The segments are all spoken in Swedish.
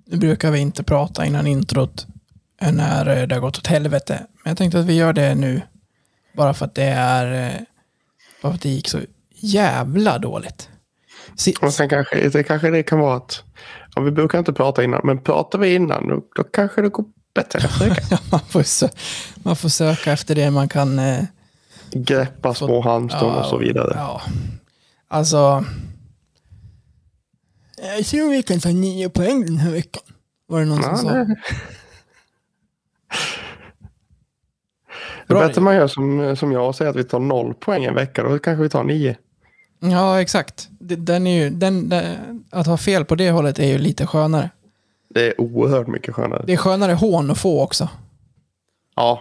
Nu brukar vi inte prata innan introt när det har gått åt helvete. Men jag tänkte att vi gör det nu. Bara för att det gick så jävla dåligt. Och sen kanske det kan vara att vi brukar inte prata innan, men pratar vi innan då kanske det går bättre nästa vecka. Man får söka efter det man kan greppa små halmstrån och så vidare. Ja. Alltså jag tror vi kan ta 9 poäng den här veckan. Var det någon som sa? Det är bättre man gör som jag och säger att vi tar 0 poäng en vecka. Då kanske vi tar 9. Ja, exakt. Att ha fel på det hållet är ju lite skönare. Det är oerhört mycket skönare. Det är skönare hån att få också. Ja.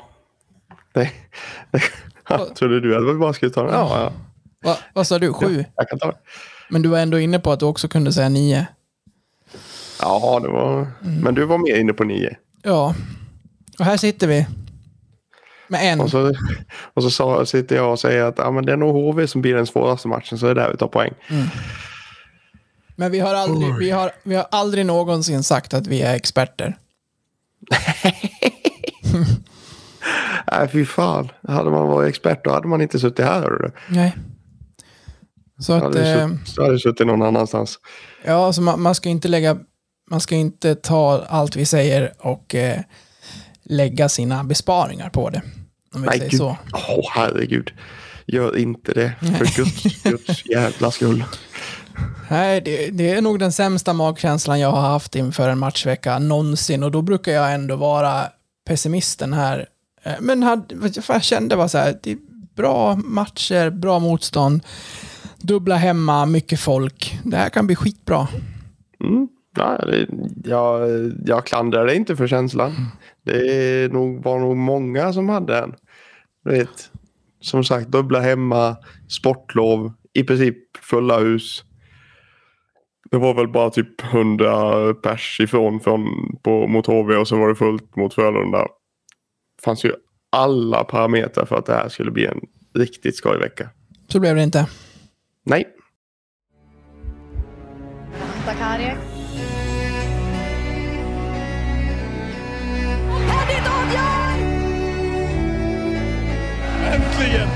Trodde du att vi bara skulle ta den? Ja. Vad sa du? 7? Jag kan ta det. Men du var ändå inne på att du också kunde säga 9. Ja, det var... Men du var mer inne på 9. Ja. Och här sitter vi. Med en. Och så sitter jag och säger att men det är nog HV som blir den svåraste matchen, så det är där vi tar poäng. Mm. Men vi har aldrig någonsin sagt att vi är experter. Nej, fy fan. Hade man varit expert då hade man inte suttit här, hör du. Nej. Så att så hade du suttit någon annanstans. Ja, så man ska inte ta allt vi säger och lägga sina besparingar på det. Om vi säger så. Herregud. Gör inte det. För Guds jävla skull. Nej, det är nog den sämsta magkänslan jag har haft inför en matchvecka någonsin. Och då brukar jag ändå vara pessimisten här. Men jag kände bara så här, det är bra matcher, bra motstånd. Dubbla hemma, mycket folk. Det här kan bli skitbra. Mm. Jag klandrar det inte för känslan. Det var nog många som hade en. Du vet, som sagt, dubbla hemma, sportlov, i princip fulla hus. Det var väl bara typ 100 pers ifrån mot HV och så var det fullt mot Frölunda. Det fanns ju alla parametrar för att det här skulle bli en riktigt skojvecka. Så blev det inte. Nej. Sakari. Äntligen!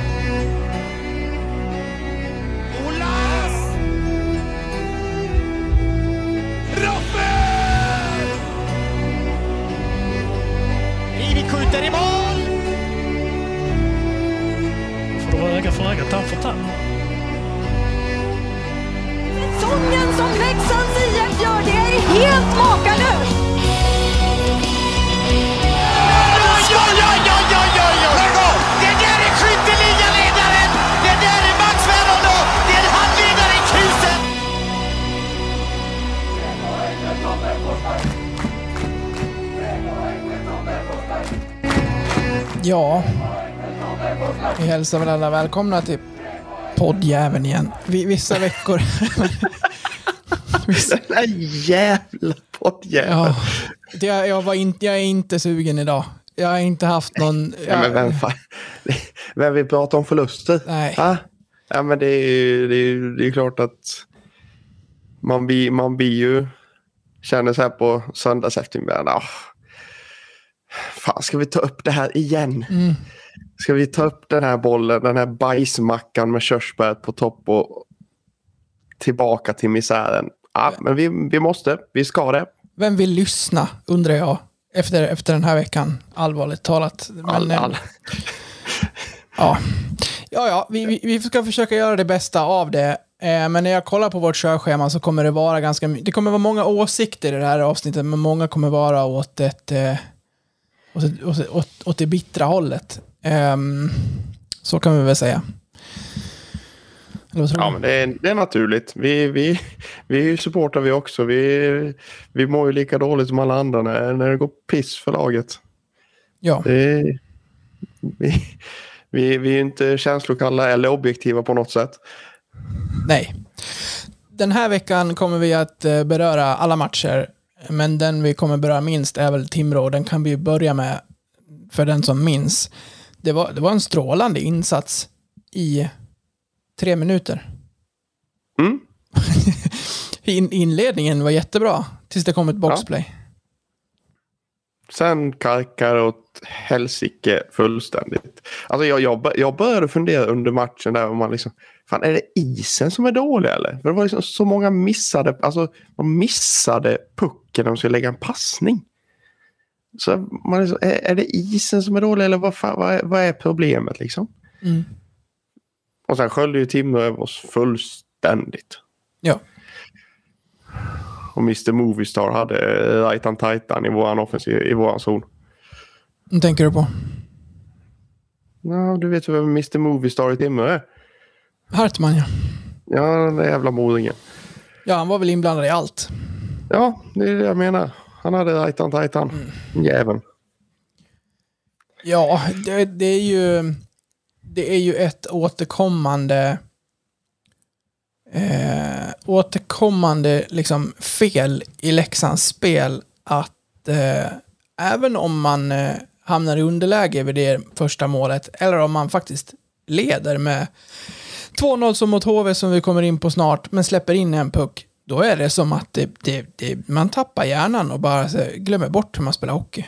Olas! Raffel! Rivik skjuter i mål! Får du öga för öga, tand för tand. Säsongen som Leksands IF gör, det är helt makalöst! Det där är skytteligaledaren! Det där är Max Verano! Det är handledare i kusen! Ja, vi hälsar väl alla välkomna till poddjäveln igen. Vissa veckor... Den här jävla poddjäveln. Ja, jag är inte sugen idag. Jag har inte haft någon... Men vem vill prata om förluster? Nej. Ja, men det är klart att man blir ju känner så här på söndags eftermiddag. Fan, ska vi ta upp det här igen? Mm. Ska vi ta upp den här bollen, den här bajsmackan med körsbär på topp och tillbaka till misären? Ja, men vi ska det. Vem vill lyssna, undrar jag, efter den här veckan, allvarligt talat. Men, Ja, vi ska försöka göra det bästa av det. Men när jag kollar på vårt körschema så kommer det vara det kommer vara många åsikter i det här avsnittet, men många kommer vara åt det bittra hållet. Så kan vi väl säga. Ja, men det är naturligt. Vi supportar vi också. Vi mår ju lika dåligt som alla andra när det går piss för laget. Ja. Vi är inte känslokalla eller objektiva på något sätt. Nej. Den här veckan kommer vi att beröra alla matcher. Men den vi kommer beröra minst är väl Timrå. Den kan vi börja med för den som minns. Det var en strålande insats i 3 minuter. Mm. Inledningen var jättebra tills det kom ett boxplay. Sen karkar åt helsike fullständigt. Alltså jag började fundera under matchen där om man liksom, fan är det isen som är dålig eller? För det var liksom så många missade, alltså de missade pucken när de skulle lägga en passning. Så man liksom, är det isen som är dålig eller vad är problemet liksom? Mm. Och sen sköljde ju Timrå över oss fullständigt. Ja. Och Mr. Moviestar hade right-hand tightan i våran offensiv, i våran zon. Vad tänker du på? Ja, du vet vem Mr. Moviestar i Timrå är. Hartman, ja. Ja, den där jävla modingen. Ja, han var väl inblandad i allt. Ja, det är det jag menar. Han hade right-hand tightan. Jäveln. Ja, det är ju ett återkommande liksom fel i Leksands spel att även om man hamnar i underläge vid det första målet eller om man faktiskt leder med 2-0 som mot HV som vi kommer in på snart men släpper in en puck, då är det som att man tappar hjärnan och bara glömmer bort hur man spelar hockey.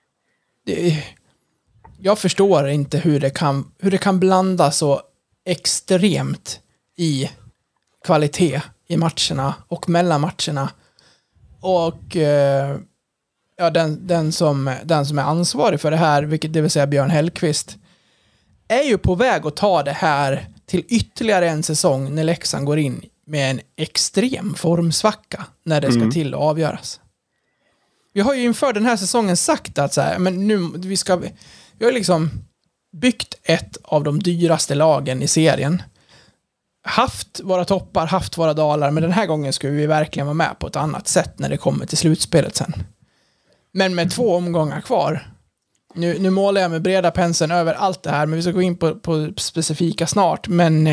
Jag förstår inte hur det kan blanda så extremt i kvalitet i matcherna och mellan matcherna. Och ja, den som är ansvarig för det här, vilket det vill säga Björn Hellqvist, är ju på väg att ta det här till ytterligare en säsong när Leksand går in med en extrem formsvacka när det ska till att avgöras. Vi har ju inför den här säsongen sagt att så här, men nu vi har liksom byggt ett av de dyraste lagen i serien. Haft våra toppar, haft våra dalar, men den här gången ska vi verkligen vara med på ett annat sätt när det kommer till slutspelet sen. Men med 2 omgångar kvar. Nu målar jag med breda penseln över allt det här, men vi ska gå in på specifika snart. Men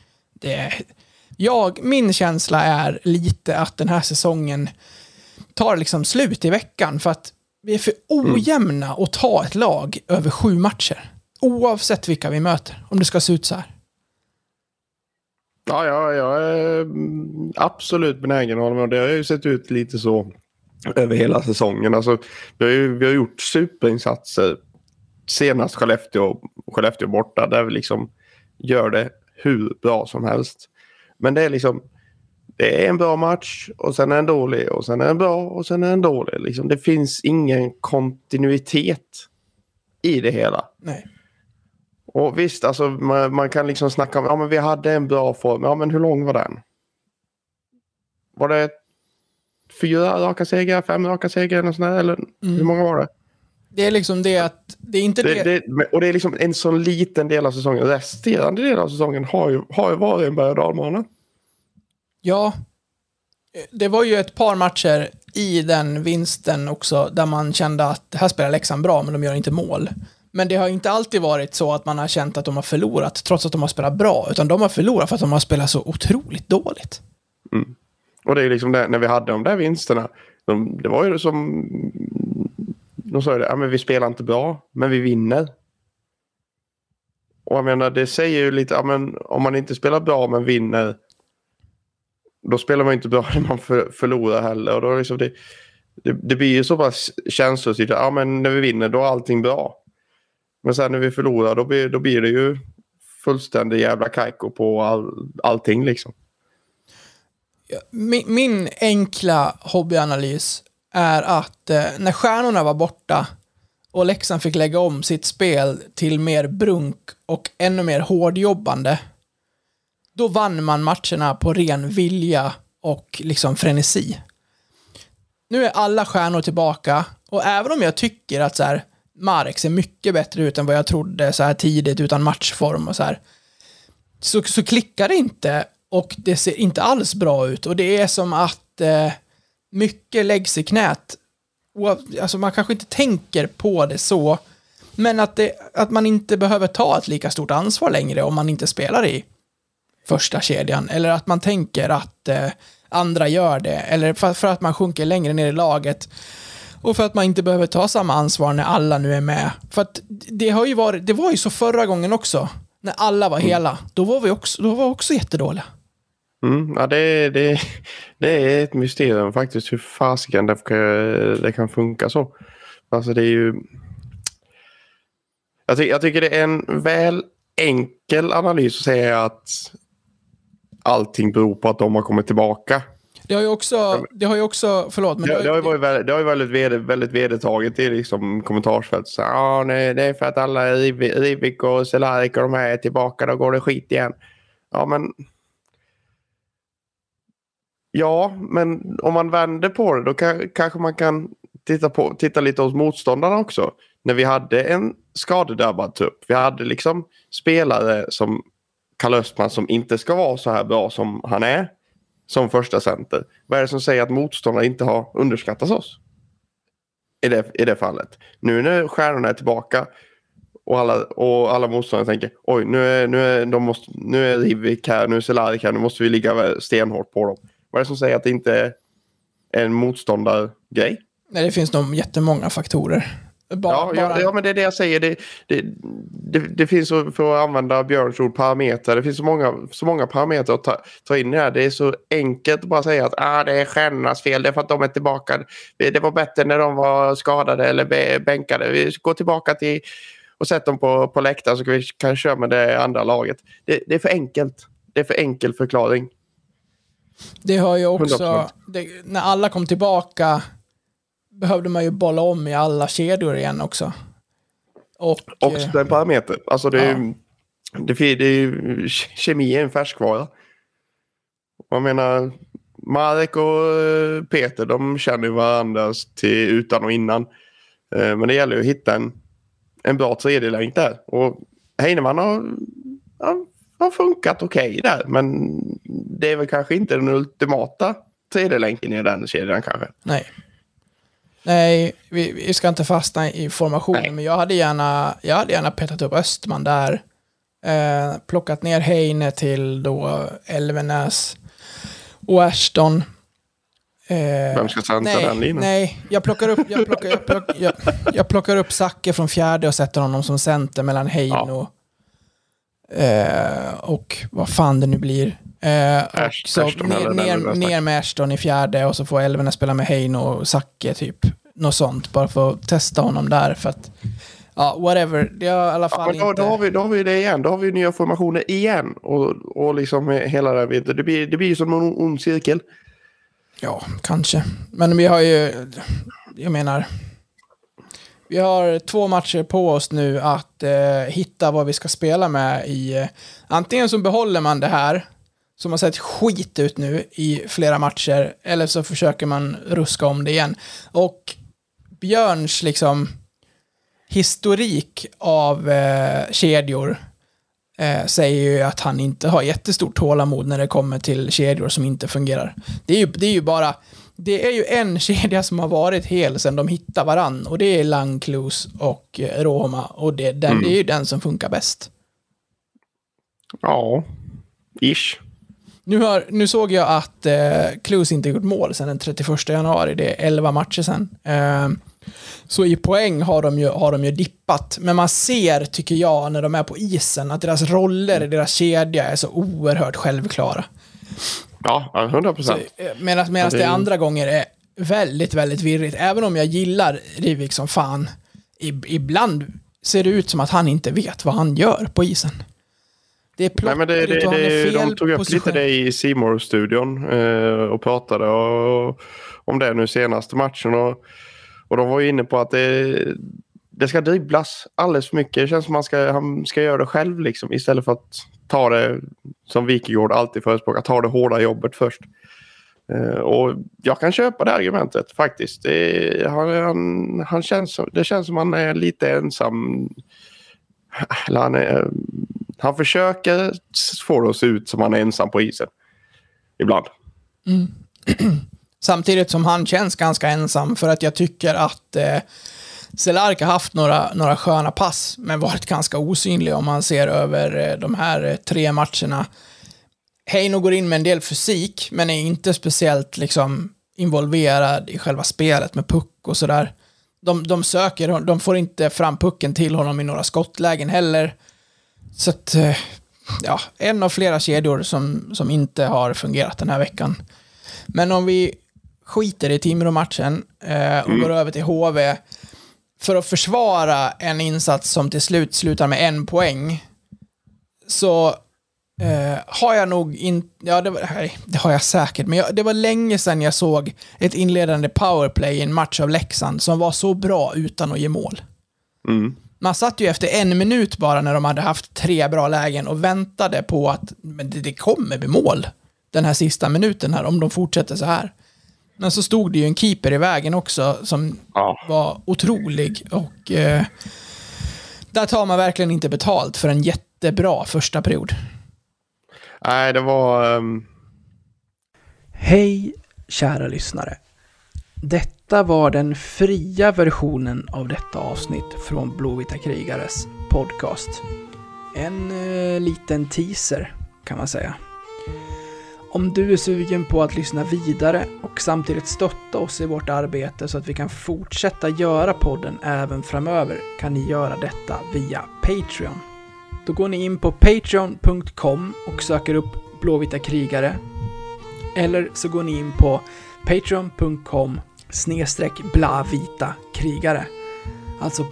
min känsla är lite att den här säsongen tar liksom slut i veckan för att vi är för ojämna att ta ett lag över 7 matcher. Oavsett vilka vi möter, om det ska se ut så här. Ja, jag är absolut benägen att hålla med. Och det har ju sett ut lite så över hela säsongen. Alltså, vi har gjort superinsatser. Senast Skellefteå borta, där vi liksom gör det hur bra som helst. Men det är liksom, det är en bra match och sen är en dålig och sen är en bra och sen är en dålig. Liksom, det finns ingen kontinuitet i det hela. Nej. Och visst, alltså man kan liksom snacka om, ja men vi hade en bra form. Ja men hur lång var den? Var det 4 raka segrar, 5 raka segrar eller sådär? Eller hur många var det? Det är liksom det att det är inte det. Och det är liksom en sån liten del av säsongen. Resterande del av säsongen har ju varit en berg- och dalbana. Ja, det var ju ett par matcher i den vinsten också där man kände att det här spelar Leksand bra men de gör inte mål. Men det har inte alltid varit så att man har känt att de har förlorat trots att de har spelat bra, utan de har förlorat för att de har spelat så otroligt dåligt. Mm. Och det är liksom det, när vi hade de där vinsterna, det var ju som de sa det, ja men vi spelar inte bra, men vi vinner. Och jag menar, det säger ju lite, ja men om man inte spelar bra men vinner, då spelar man inte bra när man förlorar heller. Och då är liksom det blir ju så pass känslomässigt, ja men när vi vinner då är allting bra. Men sen när vi förlorar då blir det ju fullständig jävla kajko på allting liksom. Min enkla hobbyanalys är att när stjärnorna var borta och Leksand fick lägga om sitt spel till mer brunk och ännu mer hårdjobbande, då vann man matcherna på ren vilja och liksom frenesi. Nu är alla stjärnor tillbaka och även om jag tycker att så här, Marek ser mycket bättre ut än vad jag trodde så här tidigt utan matchform och så här, så klickar det inte och det ser inte alls bra ut och det är som att mycket läggs i knät. Alltså man kanske inte tänker på det så, men att man inte behöver ta ett lika stort ansvar längre om man inte spelar i första kedjan, eller att man tänker att andra gör det, eller för att man sjunker längre ner i laget och för att man inte behöver ta samma ansvar när alla nu är med. För att det var ju så förra gången också, när alla var hela, då var vi också jättedåliga. Ja, det är ett mysterium faktiskt hur fasiken det kan funka så. Alltså det är ju... Jag tycker det är en väl enkel analys att säga att allting beror på att de har kommit tillbaka. Det har ju också förlåt, men det har ju väldigt vedertaget i liksom kommentarsfält. Så, nej, det är för att alla Rivik och Cehlarik och de här är tillbaka, då går det skit igen. Men om man vänder på det, då kanske man kan titta lite hos motståndarna också. När vi hade en skadedrabbad trupp. Vi hade liksom spelare som Kalle Östman som inte ska vara så här bra som han är som första center. Vad är det som säger att motståndare inte har underskattat oss? I det fallet. Nu när stjärnorna är tillbaka och alla motståndare tänker oj, nu är Rivik här, nu är Cehlarik här, nu måste vi ligga stenhårt på dem. Vad är det som säger att det inte är en motståndargrej? Nej, det finns nog jättemånga faktorer. Ja, men det är det jag säger. Det finns, för att använda Björns ord, parametrar. Det finns så många parametrar att ta in i det här. Det är så enkelt att bara säga att det är stjärnornas fel. Det är för att de är tillbaka. Det var bättre när de var skadade eller bänkade. Vi går tillbaka till och sätter dem på läktaren så vi kan köra med det andra laget. Det är för enkelt. Det är för enkel förklaring. Det har ju också... när alla kom tillbaka behövde man ju bolla om i alla kedjor igen också. Och den parameter. Alltså det är ju kemi är en färskvara. Jag menar, Marek och Peter, de känner ju varandra till utan och innan. Men det gäller ju att hitta en bra tredjelänk där. Och Heinemann har funkat okej där. Men det är väl kanske inte den ultimata tredjelänken i den kedjan kanske. Nej, vi ska inte fastna i formationen. Nej. Men jag hade gärna petat upp Östman där. Plockat ner Heine till då Elvenäs och Ashton. Vem ska centra den linjen? Nej, jag plockar upp Zacke från fjärde och sätter honom som center mellan Heine och vad fan det nu blir. Så ner med Ashton i fjärde och så får Elvenäs spela med Heine och Zacke typ. Något sånt, bara för att testa honom där för att whatever, det är i alla fall inte... Då har vi det igen, då har vi nya formationer igen och liksom hela det blir som en ond cirkel. Ja, kanske. Men vi har ju, jag menar, vi har 2 matcher på oss nu att hitta vad vi ska spela med i, antingen så behåller man det här som har sett skit ut nu i flera matcher, eller så försöker man ruska om det igen. Och Björns liksom historik av kedjor säger ju att han inte har jättestort tålamod när det kommer till kedjor som inte fungerar. Det är ju en kedja som har varit hel sedan de hittade varann, och det är Langklus och Roma, och det är ju den som funkar bäst. Ja, ish. Nu såg jag att Klus inte gjort mål sedan den 31 januari. Det är 11 matcher sedan. Så i poäng har de ju dippat. Men man ser, tycker jag, när de är på isen, att deras roller i deras kedja är så oerhört självklara. Ja, 100%. Medan det andra gånger är väldigt, väldigt virrigt. Även om jag gillar Rivik som fan, ibland ser det ut som att han inte vet vad han gör på isen. Det är plottrigt och han är fel de tog upp position. lite det i C-More-studion och pratade om det nu senaste matchen. Och de var ju inne på att det ska dribblas alldeles för mycket. Det känns som han ska göra det själv liksom, istället för att ta det som Wikegård alltid förespråkar, ta det hårda jobbet först. Och jag kan köpa det argumentet faktiskt. Det känns som han är lite ensam. Eller han försöker få det att se ut som han är ensam på isen. Ibland. Samtidigt som han känns ganska ensam, för att jag tycker att Cehlarik har haft några sköna pass, men varit ganska osynlig om man ser över de här 3 matcherna. Heino går in med en del fysik, men är inte speciellt liksom involverad i själva spelet med puck och sådär. De får inte fram pucken till honom i några skottlägen heller. Så att, en av flera kedjor som inte har fungerat den här veckan. Men om vi skiter i Timrå-matchen och går över till HV, för att försvara en insats som till slut slutar med 1 poäng, så har jag nog inte... Ja, det har jag säkert. Men det var länge sedan jag såg ett inledande powerplay i en match av Leksand som var så bra utan att ge mål. Mm. Man satt ju efter 1 minut bara när de hade haft 3 bra lägen och väntade på att det kommer bli mål den här sista minuten här om de fortsätter så här. Men så stod det ju en keeper i vägen också som var otrolig, och där tar man verkligen inte betalt för en jättebra första period. Nej, det var... Hej kära lyssnare. Detta var den fria versionen av detta avsnitt från Blåvita krigares podcast. En liten teaser kan man säga. Om du är sugen på att lyssna vidare och samtidigt stötta oss i vårt arbete så att vi kan fortsätta göra podden även framöver, kan ni göra detta via Patreon. Då går ni in på patreon.com och söker upp Blåvita krigare. Eller så går ni in på patreon.com/blavita krigare. Alltså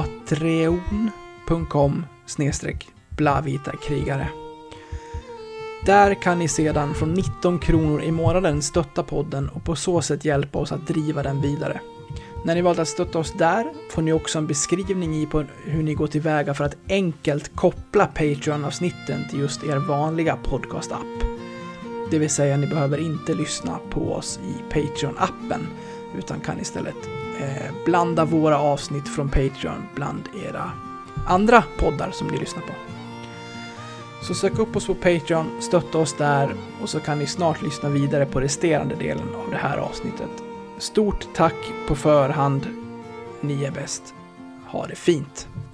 patreon.com/blavita krigare. Där kan ni sedan från 19 kronor i månaden stötta podden och på så sätt hjälpa oss att driva den vidare. När ni valt att stötta oss där får ni också en beskrivning på hur ni går tillväga för att enkelt koppla Patreon-avsnitten till just er vanliga podcast-app. Det vill säga, ni behöver inte lyssna på oss i Patreon-appen utan kan istället blanda våra avsnitt från Patreon bland era andra poddar som ni lyssnar på. Så sök upp oss på Patreon, stötta oss där och så kan ni snart lyssna vidare på resterande delen av det här avsnittet. Stort tack på förhand. Ni är bäst. Ha det fint.